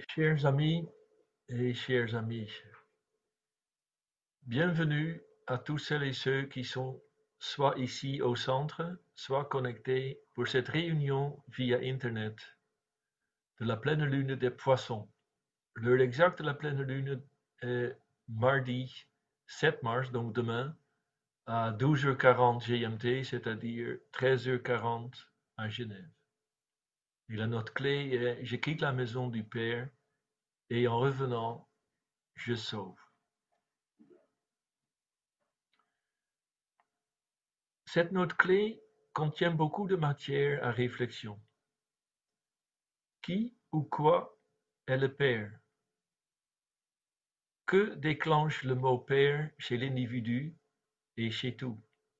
Chers amis et chères amies, bienvenue à tous celles et ceux qui sont soit ici au centre, soit connectés pour cette réunion via Internet de la pleine lune des poissons. L'heure exacte de la pleine lune est mardi 7 mars, donc demain, à 12h40 GMT, c'est-à-dire 13h40 à Genève. Et la note clé est: je quitte la maison du Père et en revenant, je sauve. Cette note clé contient beaucoup de matière à réflexion. Qui ou quoi est le Père? Que déclenche le mot Père chez l'individu et chez tout?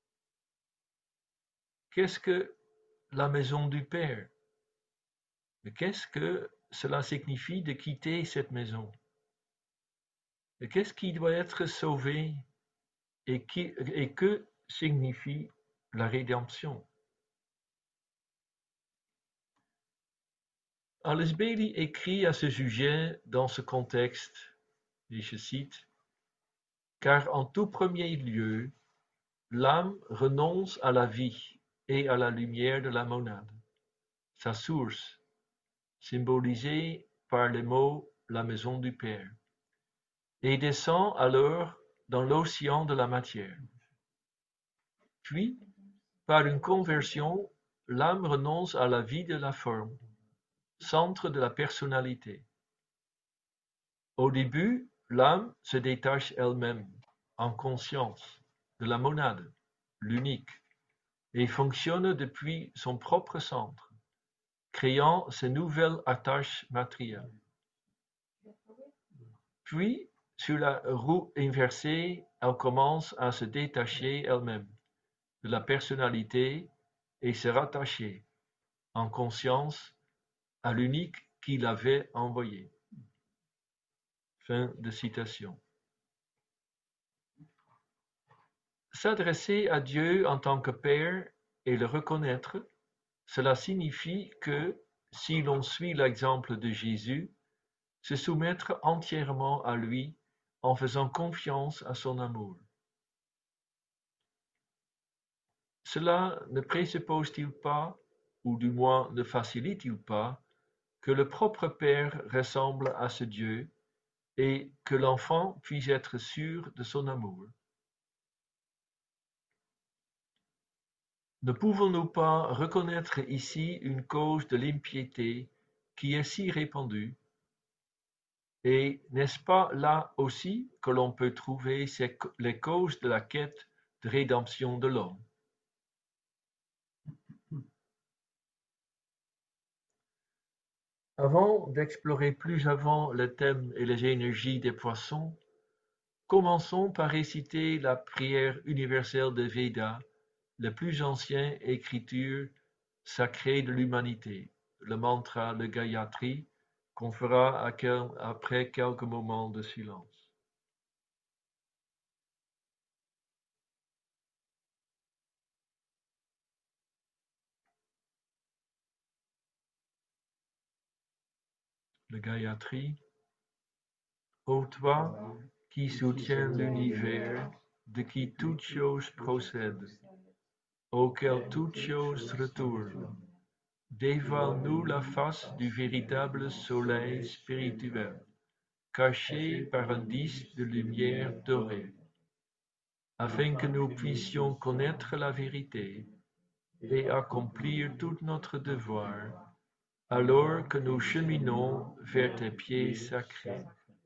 Qu'est-ce que la maison du Père? Mais qu'est-ce que cela signifie de quitter cette maison? Et qu'est-ce qui doit être sauvé et que signifie la rédemption? Alice Bailey écrit à ce sujet dans ce contexte, et je cite: car en tout premier lieu, l'âme renonce à la vie et à la lumière de la monade, sa source, symbolisée par les mots la maison du Père, et descend alors dans l'océan de la matière. Puis, par une conversion, l'âme renonce à la vie de la forme, centre de la personnalité. Au début, l'âme se détache elle-même, en conscience, de la monade, l'unique, et fonctionne depuis son propre centre, créant ses nouvelles attaches matérielles. Puis, sur la roue inversée, elle commence à se détacher elle-même de la personnalité et se rattacher, en conscience, à l'unique qui l'avait envoyée. Fin de citation. S'adresser à Dieu en tant que Père et le reconnaître, cela signifie que, si l'on suit l'exemple de Jésus, se soumettre entièrement à lui en faisant confiance à son amour. Cela ne présuppose-t-il pas, ou du moins ne facilite-t-il pas, que le propre Père ressemble à ce Dieu et que l'enfant puisse être sûr de son amour? Ne pouvons-nous pas reconnaître ici une cause de l'impiété qui est si répandue? Et n'est-ce pas là aussi que l'on peut trouver les causes de la quête de rédemption de l'homme? Avant d'explorer plus avant le thème et les énergies des poissons, commençons par réciter la prière universelle des Védas, la plus ancienne écriture sacrée de l'humanité, le mantra, le Gayatri, qu'on fera après quelques moments de silence. Le Gayatri. Ô toi qui soutiens l'univers, de qui toute chose procède, auquel toute chose retourne, dévoile-nous la face du véritable soleil spirituel, caché par un disque de lumière dorée, afin que nous puissions connaître la vérité et accomplir tout notre devoir, alors que nous cheminons vers tes pieds sacrés.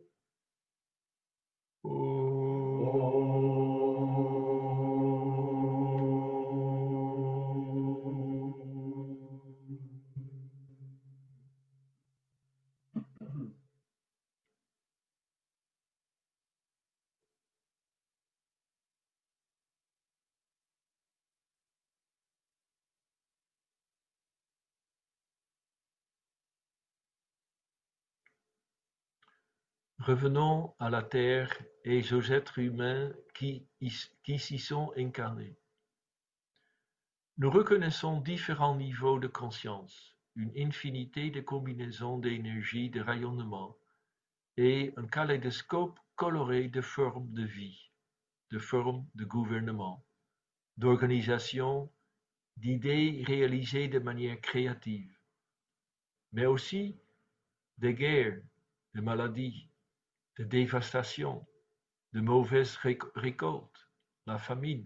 Revenons à la Terre et aux êtres humains qui s'y sont incarnés. Nous reconnaissons différents niveaux de conscience, une infinité de combinaisons d'énergie, de rayonnement et un kaléidoscope coloré de formes de vie, de formes de gouvernement, d'organisation, d'idées réalisées de manière créative, mais aussi de guerres, de maladies, de dévastations, de mauvaises récoltes, la famine.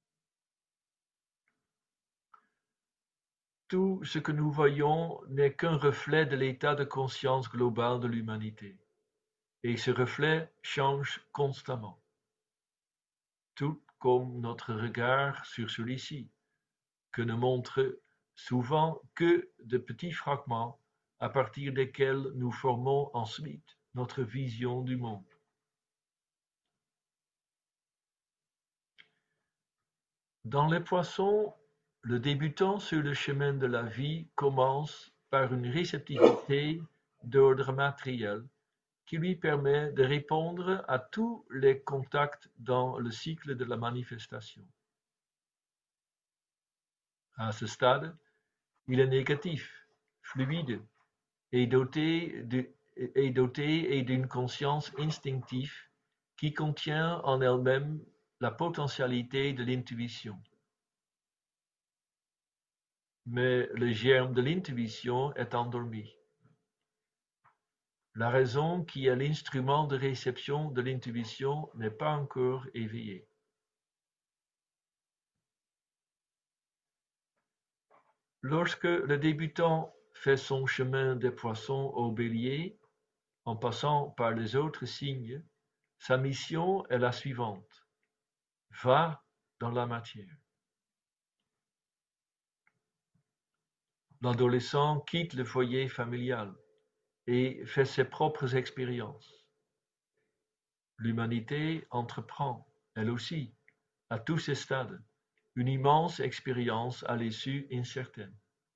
Tout ce que nous voyons n'est qu'un reflet de l'état de conscience global de l'humanité, et ce reflet change constamment, tout comme notre regard sur celui-ci, que ne montre souvent que de petits fragments à partir desquels nous formons ensuite notre vision du monde. Dans les poissons, le débutant sur le chemin de la vie commence par une réceptivité d'ordre matériel qui lui permet de répondre à tous les contacts dans le cycle de la manifestation. À ce stade, il est négatif, fluide et doté d'une conscience instinctive qui contient en elle-même la potentialité de l'intuition. Mais le germe de l'intuition est endormi. La raison qui est l'instrument de réception de l'intuition n'est pas encore éveillée. Lorsque le débutant fait son chemin des poissons au bélier, en passant par les autres signes, sa mission est la suivante: va dans la matière. L'adolescent quitte le foyer familial et fait ses propres expériences. L'humanité entreprend, elle aussi, à tous ces stades, une immense expérience à l'issue incertaine.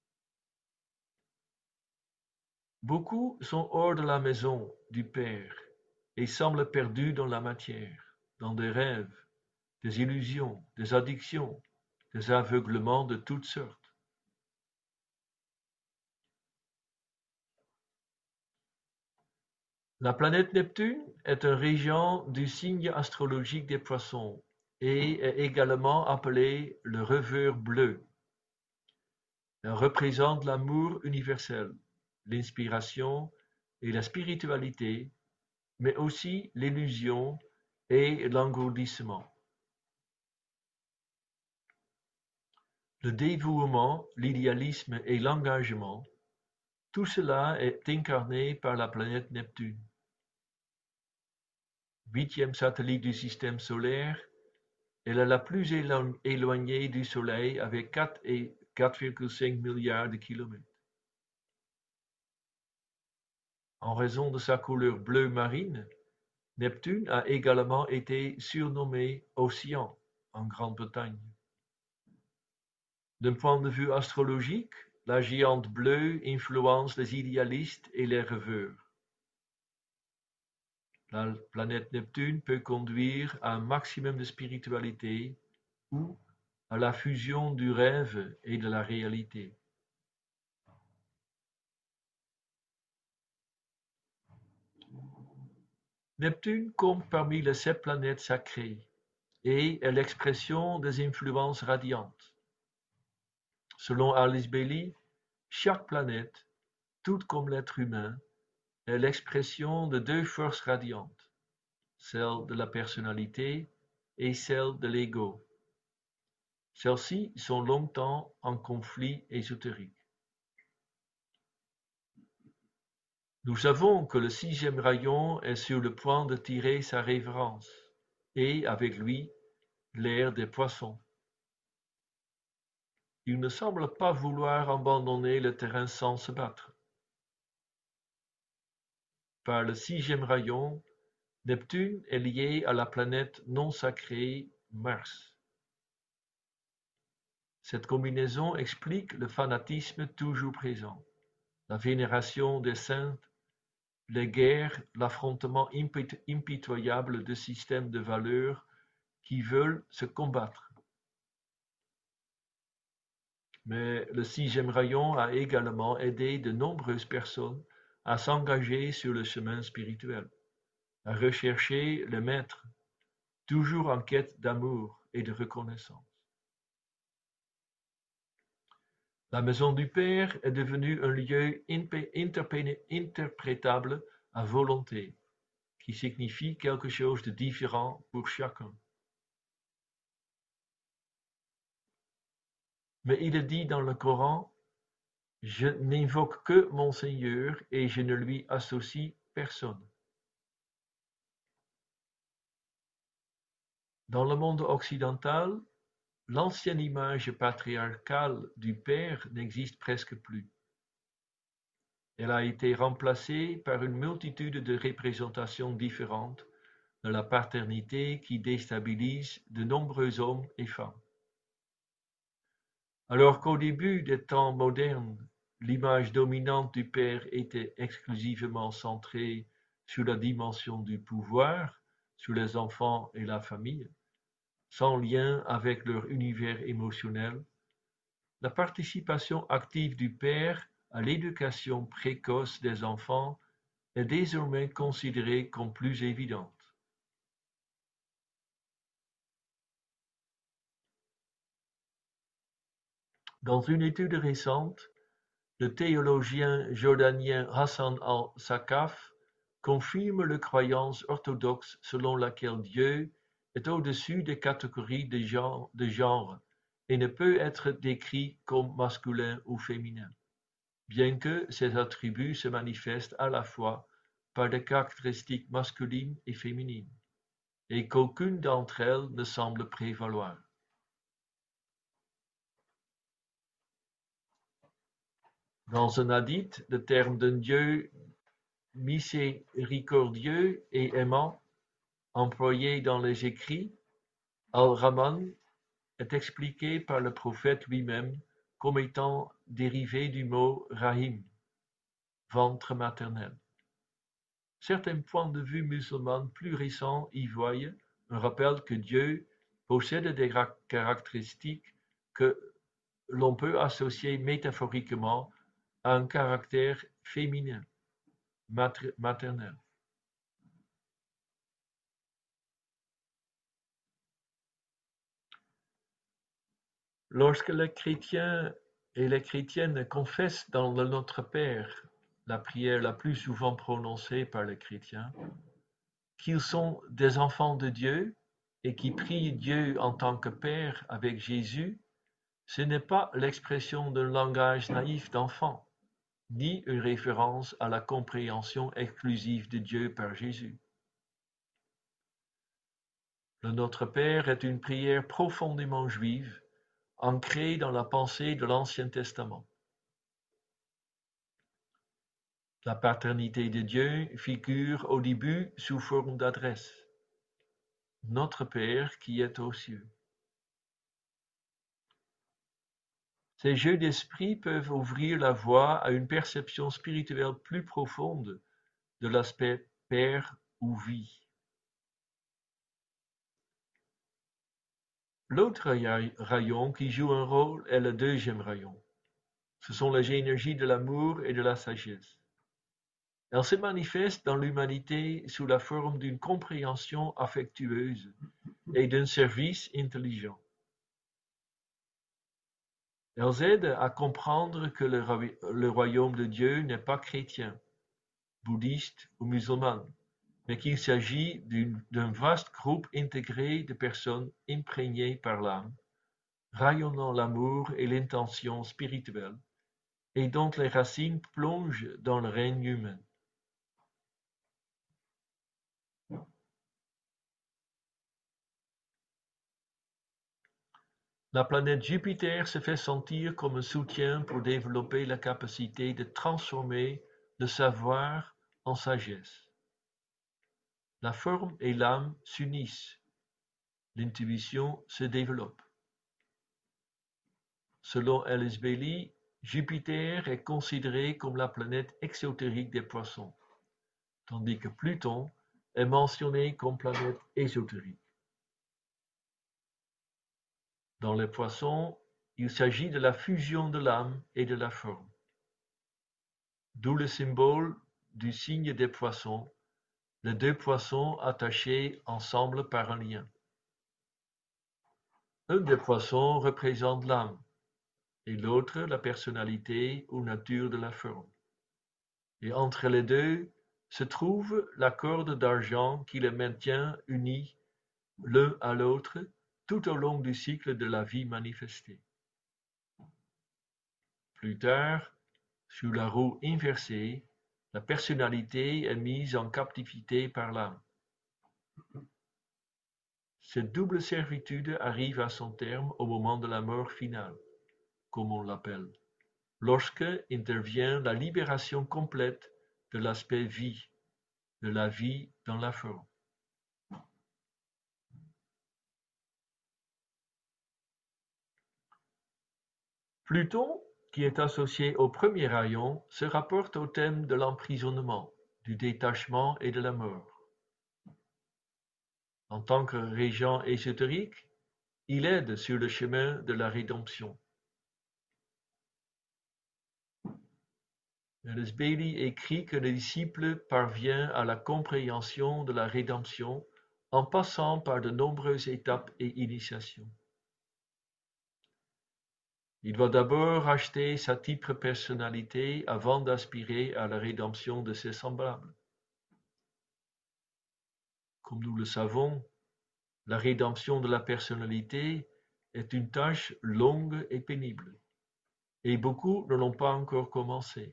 Beaucoup sont hors de la maison du Père et semblent perdus dans la matière, dans des rêves, des illusions, des addictions, des aveuglements de toutes sortes. La planète Neptune est un régent du signe astrologique des Poissons et est également appelée le rêveur bleu. Elle représente l'amour universel, l'inspiration et la spiritualité, mais aussi l'illusion et l'engourdissement. Le dévouement, l'idéalisme et l'engagement, tout cela est incarné par la planète Neptune. 8e satellite du système solaire, elle est la plus éloignée du Soleil avec 4,5 milliards de kilomètres. En raison de sa couleur bleu marine, Neptune a également été surnommé Océan en Grande-Bretagne. D'un point de vue astrologique, la géante bleue influence les idéalistes et les rêveurs. La planète Neptune peut conduire à un maximum de spiritualité ou à la fusion du rêve et de la réalité. Neptune compte parmi les 7 planètes sacrées et est l'expression des influences radiantes. Selon Alice Bailey, chaque planète, toute comme l'être humain, est l'expression de 2 forces radiantes, celle de la personnalité et celle de l'ego. Celles-ci sont longtemps en conflit ésotérique. Nous savons que le 6e rayon est sur le point de tirer sa révérence, et avec lui, l'ère des Poissons. Il ne semble pas vouloir abandonner le terrain sans se battre. Par le 6e rayon, Neptune est lié à la planète non sacrée Mars. Cette combinaison explique le fanatisme toujours présent, la vénération des saints, les guerres, l'affrontement impitoyable de systèmes de valeurs qui veulent se combattre. Mais le 6e rayon a également aidé de nombreuses personnes à s'engager sur le chemin spirituel, à rechercher le Maître, toujours en quête d'amour et de reconnaissance. La Maison du Père est devenue un lieu interprétable à volonté, qui signifie quelque chose de différent pour chacun. Mais il est dit dans le Coran: je n'invoque que mon Seigneur et je ne lui associe personne. Dans le monde occidental, l'ancienne image patriarcale du père n'existe presque plus. Elle a été remplacée par une multitude de représentations différentes de la paternité qui déstabilisent de nombreux hommes et femmes. Alors qu'au début des temps modernes, l'image dominante du père était exclusivement centrée sur la dimension du pouvoir, sur les enfants et la famille, sans lien avec leur univers émotionnel, la participation active du père à l'éducation précoce des enfants est désormais considérée comme plus évidente. Dans une étude récente, le théologien jordanien Hassan al-Sakaf confirme la croyance orthodoxe selon laquelle Dieu est au-dessus des catégories de genre et ne peut être décrit comme masculin ou féminin, bien que ses attributs se manifestent à la fois par des caractéristiques masculines et féminines, et qu'aucune d'entre elles ne semble prévaloir. Dans un hadith, le terme d'un Dieu miséricordieux et aimant, employé dans les écrits, Al-Rahman, est expliqué par le prophète lui-même comme étant dérivé du mot Rahim, ventre maternel. Certains points de vue musulmans plus récents y voient un rappel que Dieu possède des caractéristiques que l'on peut associer métaphoriquement à un caractère féminin, maternel. Lorsque les chrétiens et les chrétiennes confessent dans le Notre Père, la prière la plus souvent prononcée par les chrétiens, qu'ils sont des enfants de Dieu et qui prient Dieu en tant que Père avec Jésus, ce n'est pas l'expression d'un langage naïf d'enfant, ni une référence à la compréhension exclusive de Dieu par Jésus. Le Notre Père est une prière profondément juive, ancrée dans la pensée de l'Ancien Testament. La paternité de Dieu figure au début sous forme d'adresse. Notre Père qui est aux cieux. Ces jeux d'esprit peuvent ouvrir la voie à une perception spirituelle plus profonde de l'aspect père ou vie. L'autre rayon qui joue un rôle est le deuxième rayon. Ce sont les énergies de l'amour et de la sagesse. Elles se manifestent dans l'humanité sous la forme d'une compréhension affectueuse et d'un service intelligent. Elles aident à comprendre que le royaume de Dieu n'est pas chrétien, bouddhiste ou musulman, mais qu'il s'agit d'un vaste groupe intégré de personnes imprégnées par l'âme, rayonnant l'amour et l'intention spirituelle, et dont les racines plongent dans le règne humain. La planète Jupiter se fait sentir comme un soutien pour développer la capacité de transformer le savoir en sagesse. La forme et l'âme s'unissent, l'intuition se développe. Selon Alice Bailey, Jupiter est considéré comme la planète exotérique des poissons, tandis que Pluton est mentionné comme planète ésotérique. Dans les poissons, il s'agit de la fusion de l'âme et de la forme. D'où le symbole du signe des poissons, les deux poissons attachés ensemble par un lien. Un des poissons représente l'âme et l'autre la personnalité ou nature de la forme. Et entre les deux se trouve la corde d'argent qui les maintient unis l'un à l'autre tout au long du cycle de la vie manifestée. Plus tard, sous la roue inversée, la personnalité est mise en captivité par l'âme. Cette double servitude arrive à son terme au moment de la mort finale, comme on l'appelle, lorsque intervient la libération complète de l'aspect vie, de la vie dans la forme. Pluton, qui est associé au premier rayon, se rapporte au thème de l'emprisonnement, du détachement et de la mort. En tant que régent ésotérique, il aide sur le chemin de la rédemption. Alice Bailey écrit que le disciple parvient à la compréhension de la rédemption en passant par de nombreuses étapes et initiations. Il doit d'abord acheter sa type personnalité avant d'aspirer à la rédemption de ses semblables. Comme nous le savons, la rédemption de la personnalité est une tâche longue et pénible, et beaucoup ne l'ont pas encore commencé.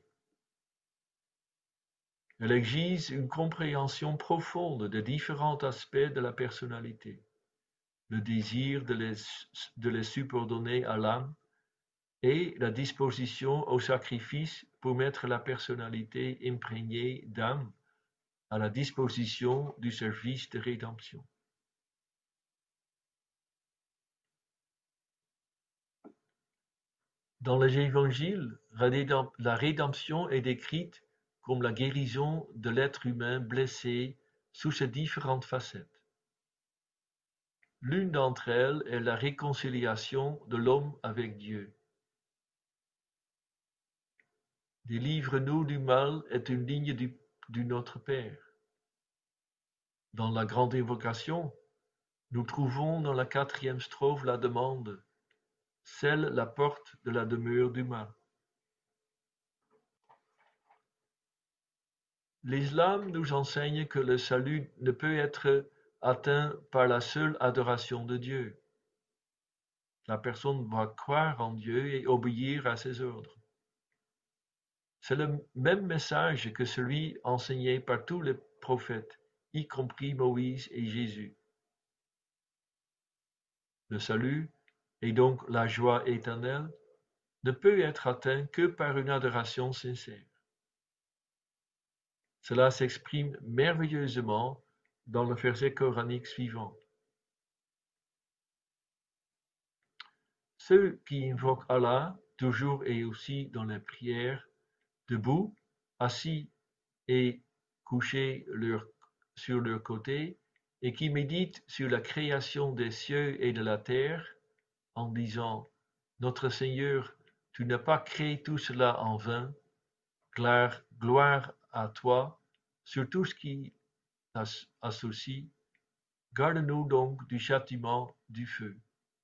Elle exige une compréhension profonde des différents aspects de la personnalité, le désir de les subordonner à l'âme et la disposition au sacrifice pour mettre la personnalité imprégnée d'âme à la disposition du service de rédemption. Dans les évangiles, la rédemption est décrite comme la guérison de l'être humain blessé sous ses différentes facettes. L'une d'entre elles est la réconciliation de l'homme avec Dieu. Délivre-nous du mal est une ligne du Notre Père. Dans la grande invocation, nous trouvons dans la 4e strophe la demande « Scelle la porte de la demeure du mal ». L'islam nous enseigne que le salut ne peut être atteint par la seule adoration de Dieu. La personne doit croire en Dieu et obéir à ses ordres. C'est le même message que celui enseigné par tous les prophètes, y compris Moïse et Jésus. Le salut, et donc la joie éternelle, ne peut être atteint que par une adoration sincère. Cela s'exprime merveilleusement dans le verset coranique suivant. Ceux qui invoquent Allah, toujours et aussi dans les prières, debout, assis et couchés sur leur côté, et qui méditent sur la création des cieux et de la terre, en disant « Notre Seigneur, tu n'as pas créé tout cela en vain, gloire à toi, sur tout ce qui t'associe, garde-nous donc du châtiment du feu. »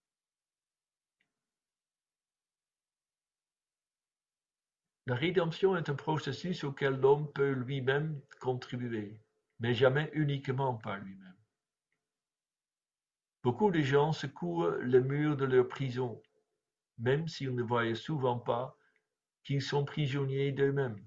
La rédemption est un processus auquel l'homme peut lui-même contribuer, mais jamais uniquement par lui-même. Beaucoup de gens secouent les murs de leur prison, même s'ils ne voient souvent pas qu'ils sont prisonniers d'eux-mêmes.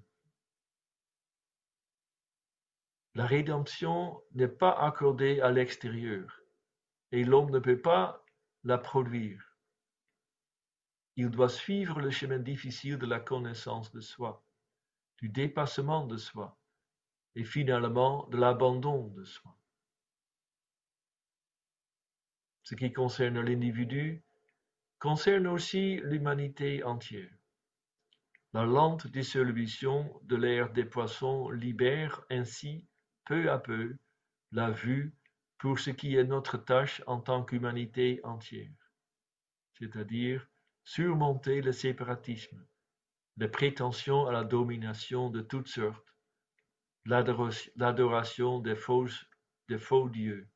La rédemption n'est pas accordée à l'extérieur, et l'homme ne peut pas la produire. Il doit suivre le chemin difficile de la connaissance de soi, du dépassement de soi, et finalement de l'abandon de soi. Ce qui concerne l'individu concerne aussi l'humanité entière. La lente dissolution de l'ère des poissons libère ainsi, peu à peu, la vue pour ce qui est notre tâche en tant qu'humanité entière, c'est-à-dire surmonter le séparatisme, les prétentions à la domination de toutes sortes, l'adoration des faux dieux.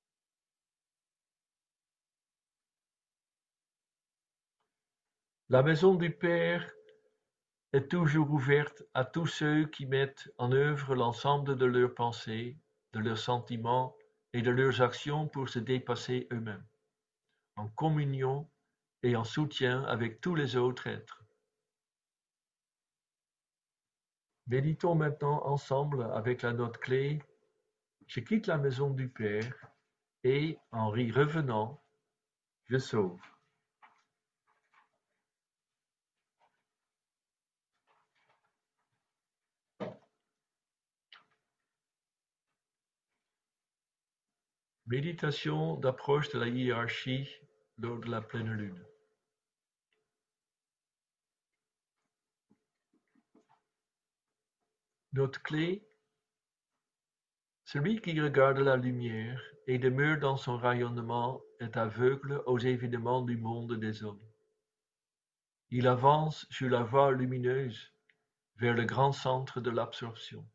La maison du Père est toujours ouverte à tous ceux qui mettent en œuvre l'ensemble de leurs pensées, de leurs sentiments et de leurs actions pour se dépasser eux-mêmes, en communion et en soutien avec tous les autres êtres. Méditons maintenant ensemble avec la note clé Je quitte la maison du Père et, en y revenant, je sauve. Méditation d'approche de la hiérarchie lors de la pleine lune. Note clé Celui qui regarde la lumière et demeure dans son rayonnement est aveugle aux événements du monde des hommes. Il avance sur la voie lumineuse vers le grand centre de l'absorption.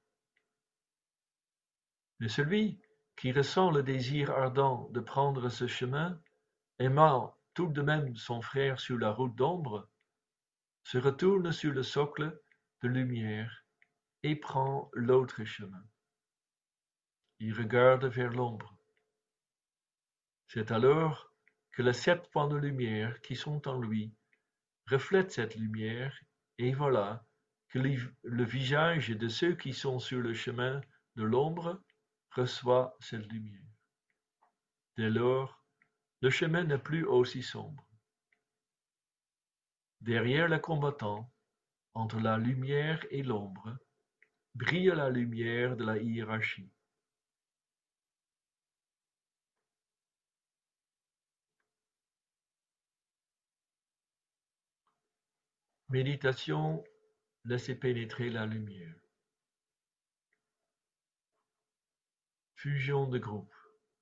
Mais celui qui ressent le désir ardent de prendre ce chemin, aimant tout de même son frère sur la route d'ombre, se retourne sur le socle de lumière et prend l'autre chemin. Il regarde vers l'ombre. C'est alors que les 7 points de lumière qui sont en lui reflètent cette lumière, et voilà que le visage de ceux qui sont sur le chemin de l'ombre reçoit cette lumière. Dès lors, le chemin n'est plus aussi sombre. Derrière le combattant, entre la lumière et l'ombre, brille la lumière de la hiérarchie. Méditation, laissez pénétrer la lumière. Fusion de groupe.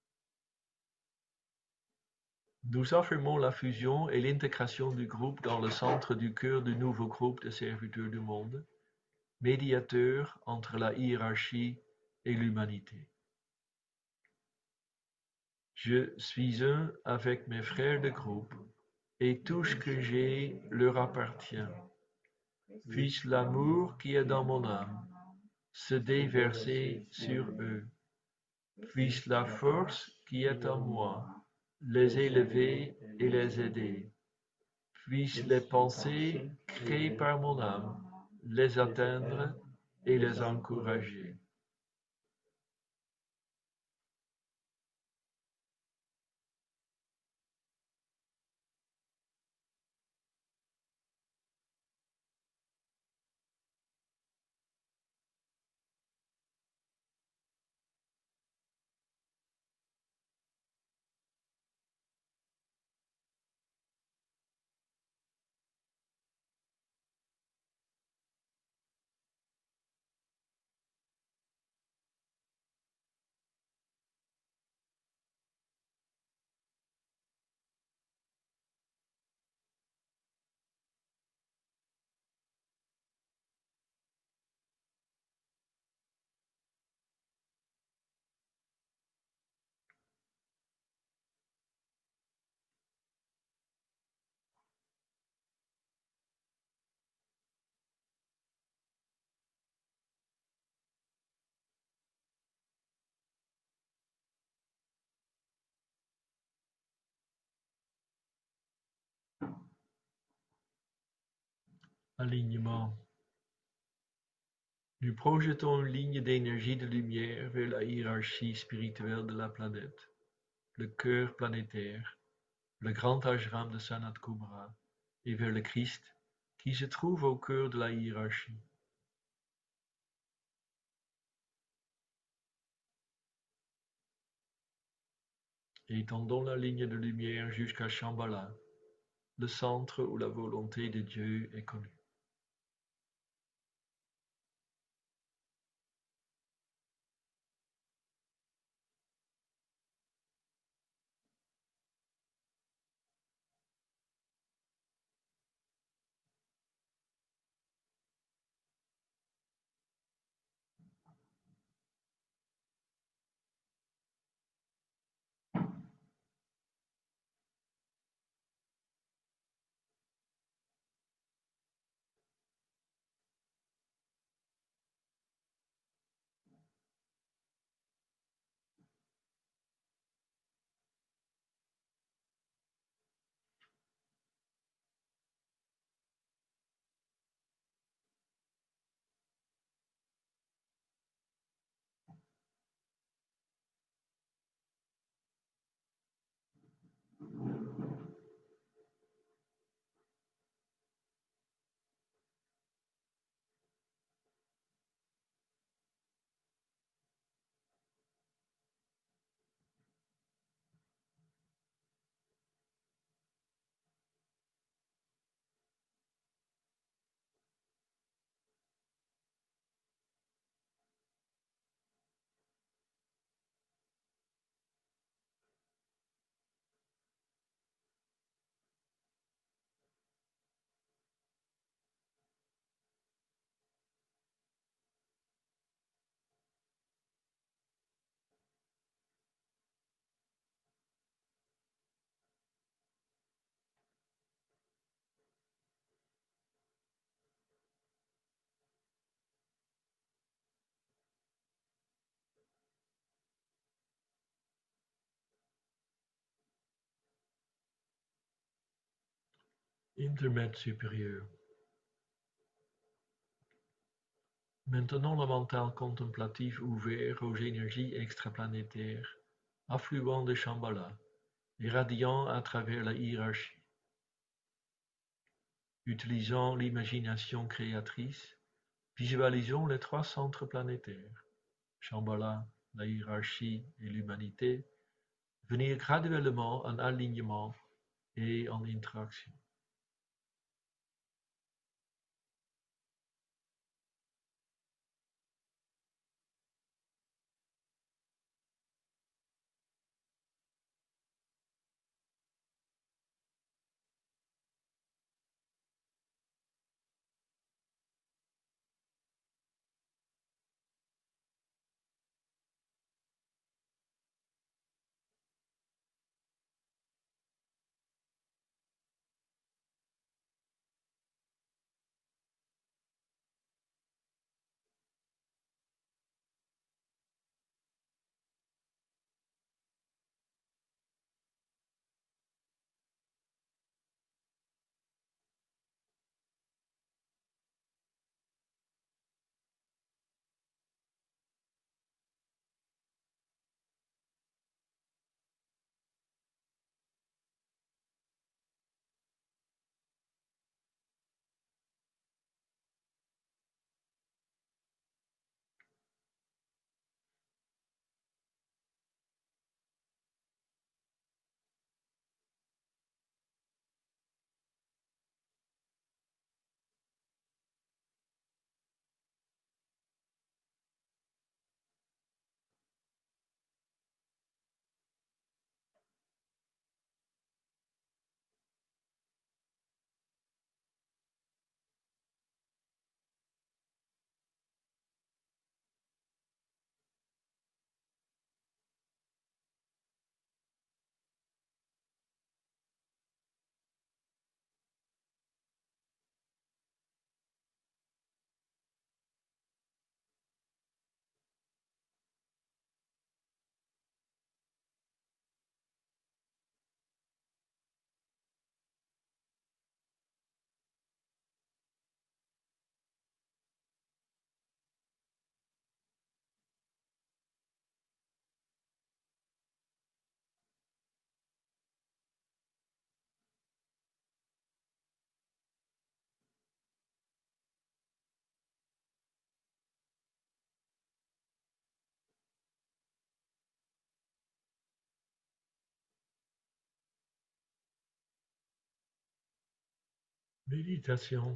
Nous affirmons la fusion et l'intégration du groupe dans le centre du cœur du nouveau groupe de serviteurs du monde, médiateur entre la hiérarchie et l'humanité. Je suis un avec mes frères de groupe, et tout ce que j'ai leur appartient. Puisse l'amour qui est dans mon âme se déverser sur eux. Puisse la force qui est en moi les élever et les aider. Puissent les pensées créées par mon âme les atteindre et les encourager. Alignement. Nous projetons une ligne d'énergie de lumière vers la hiérarchie spirituelle de la planète, le cœur planétaire, le grand ashram de Sanat Kumara, et vers le Christ qui se trouve au cœur de la hiérarchie. Étendons la ligne de lumière jusqu'à Shambhala, le centre où la volonté de Dieu est connue. Intermède supérieur. Maintenant le mental contemplatif ouvert aux énergies extraplanétaires, affluent de Shambhala, irradiant à travers la hiérarchie. Utilisant l'imagination créatrice, visualisons les trois centres planétaires, Shambhala, la hiérarchie et l'humanité, venir graduellement en alignement et en interaction. Méditation.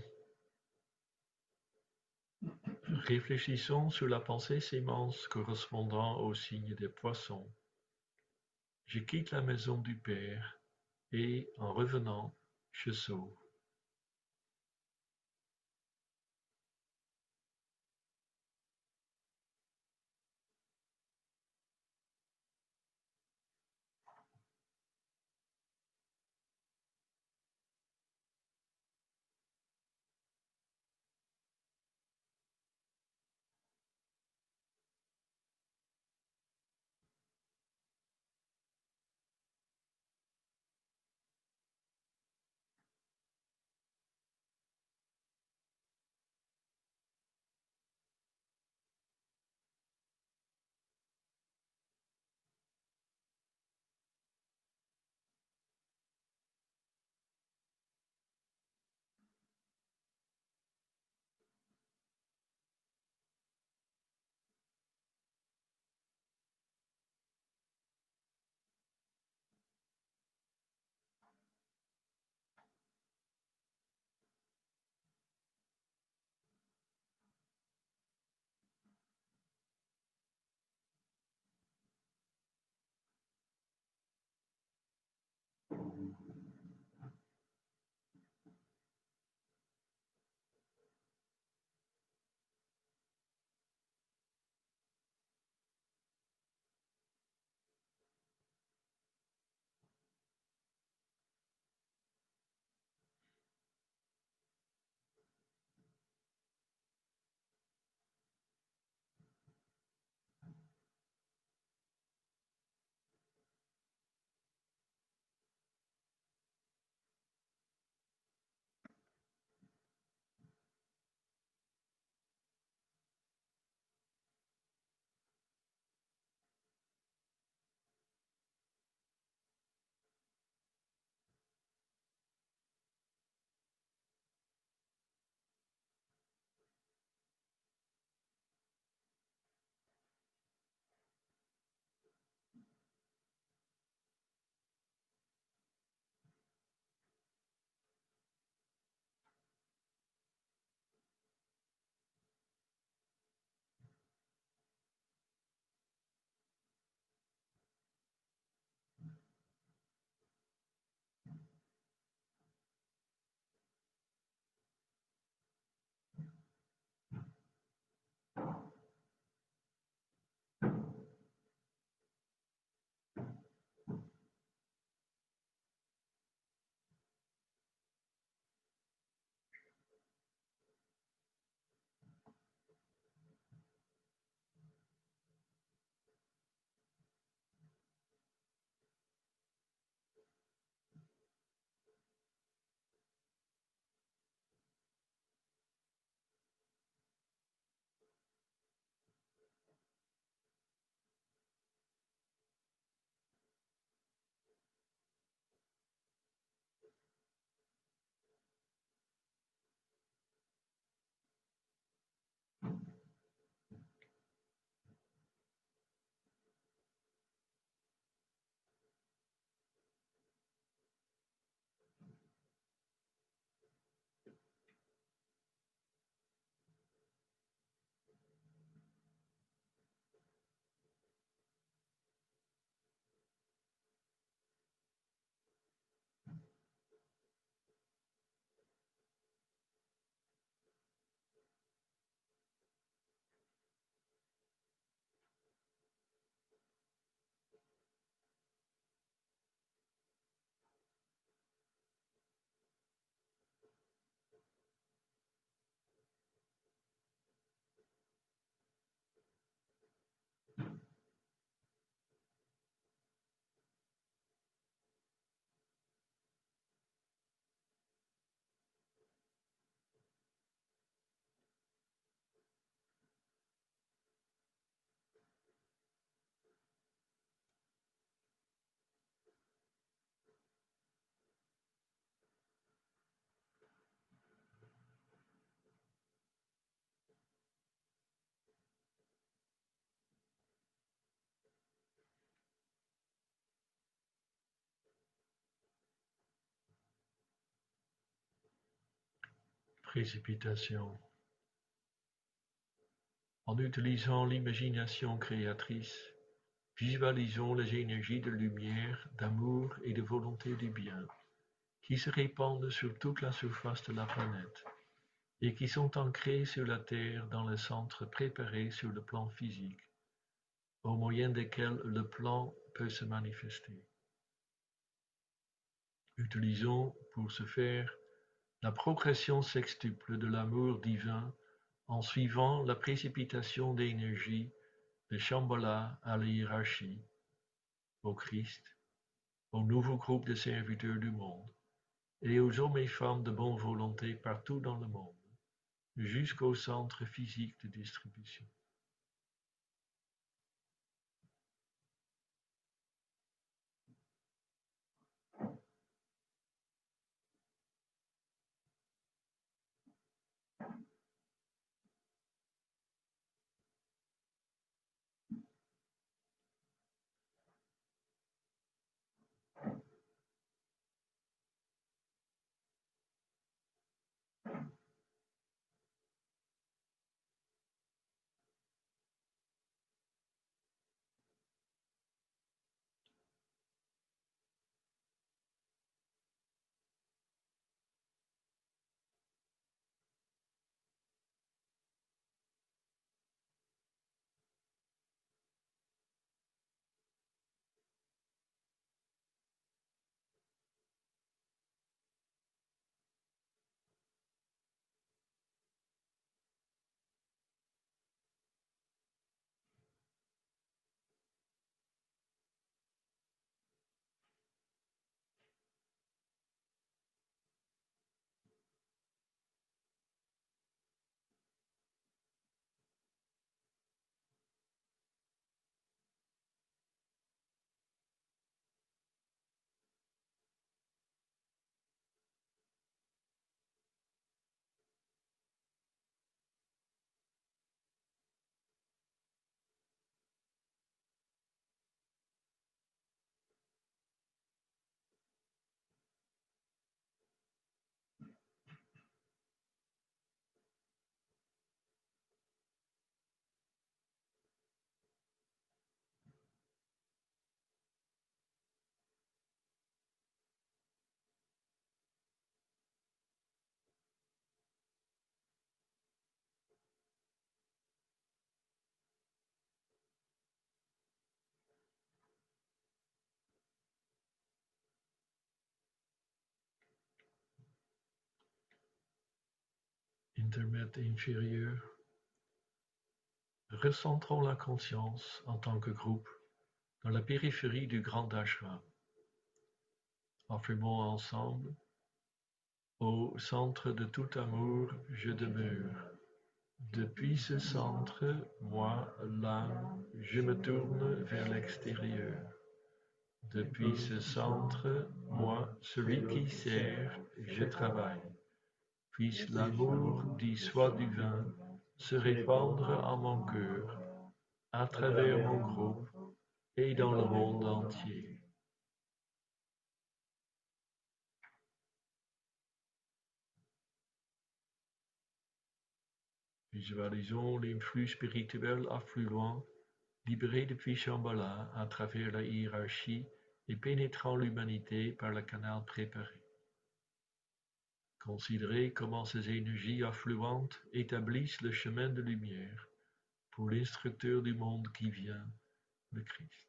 Réfléchissons sur la pensée sémence correspondant au signe des poissons. Je quitte la maison du Père et, en revenant, je sauve. Précipitation. En utilisant l'imagination créatrice, visualisons les énergies de lumière, d'amour et de volonté du bien qui se répandent sur toute la surface de la planète et qui sont ancrées sur la Terre dans les centres préparés sur le plan physique, au moyen desquels le plan peut se manifester. Utilisons pour ce faire la progression sextuple de l'amour divin en suivant la précipitation d'énergie de Shambhala à la hiérarchie, au Christ, au nouveau groupe de serviteurs du monde, et aux hommes et femmes de bonne volonté partout dans le monde, jusqu'au centre physique de distribution. Intermède inférieur. Recentrons la conscience en tant que groupe dans la périphérie du grand ashram. Affirmons ensemble: au centre de tout amour, je demeure. Depuis ce centre, moi, l'âme, je me tourne vers l'extérieur. Depuis ce centre, moi, celui qui sert, je travaille. Puisse l'amour du soi divin se répandre en mon cœur, à travers mon groupe et dans le monde entier. Visualisons l'influx spirituel affluent, libéré depuis Shambhala à travers la hiérarchie et pénétrant l'humanité par le canal préparé. Considérez comment ces énergies affluentes établissent le chemin de lumière pour l'instructeur du monde qui vient, le Christ.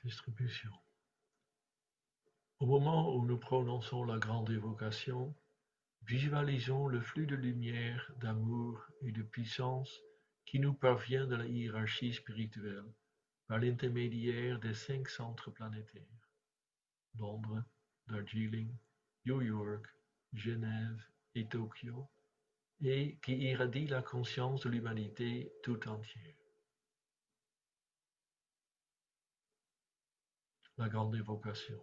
Distribution. Au moment où nous prononçons la grande évocation, visualisons le flux de lumière, d'amour et de puissance qui nous parvient de la hiérarchie spirituelle par l'intermédiaire des 5 centres planétaires: Londres, Darjeeling, New York, Genève et Tokyo, et qui irradie la conscience de l'humanité tout entière. La grande évocation.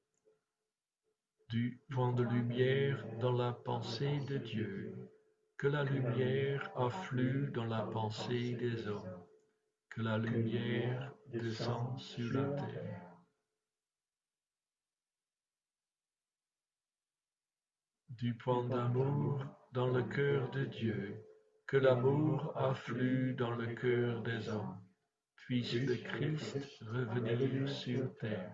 Du point de lumière dans la pensée de Dieu, que la lumière afflue dans la pensée des hommes, que la lumière descend sur la terre. Du point d'amour dans le cœur de Dieu, que l'amour afflue dans le cœur des hommes, puisse le Christ revenir sur terre.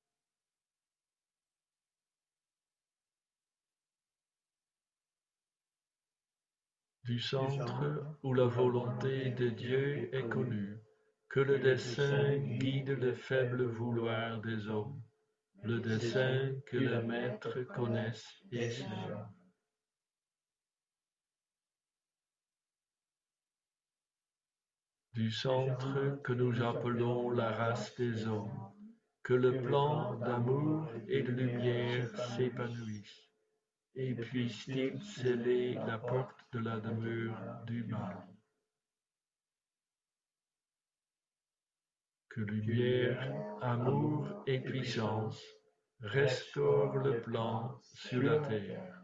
Du centre où la volonté de Dieu est connue, que le dessein guide le faible vouloir des hommes, le dessein que le Maître connaisse et serve. Du centre que nous appelons la race des hommes, que le plan d'amour et de lumière s'épanouisse, et puisse-t-il sceller la porte de la demeure du mal. Que lumière, amour et puissance restaurent le plan sur la terre.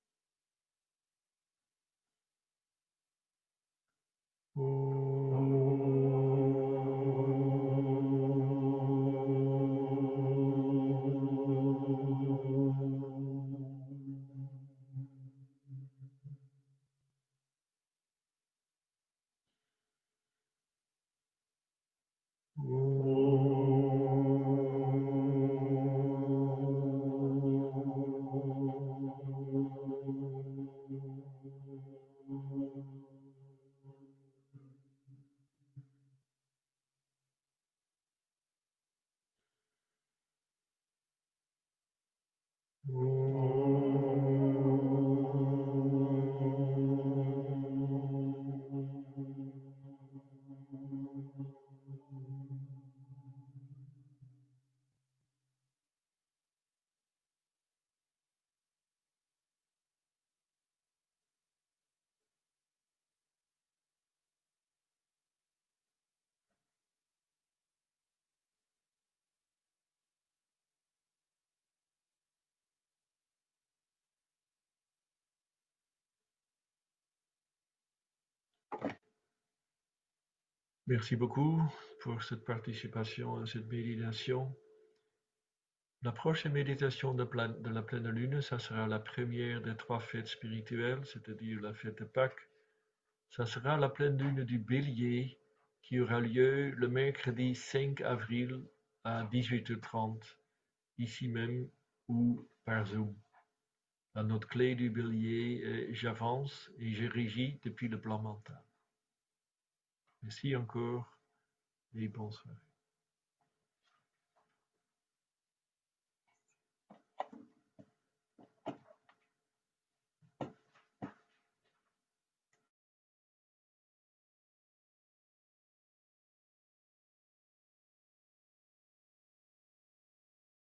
Merci beaucoup pour cette participation à cette méditation. La prochaine méditation de la pleine lune, ça sera la première des 3 fêtes spirituelles, c'est-à-dire la fête de Pâques. Ça sera la pleine lune du Bélier qui aura lieu le mercredi 5 avril à 18h30, ici même ou par Zoom. La note clé du Bélier est « J'avance et je régis depuis le plan mental ». Merci encore et bonsoir.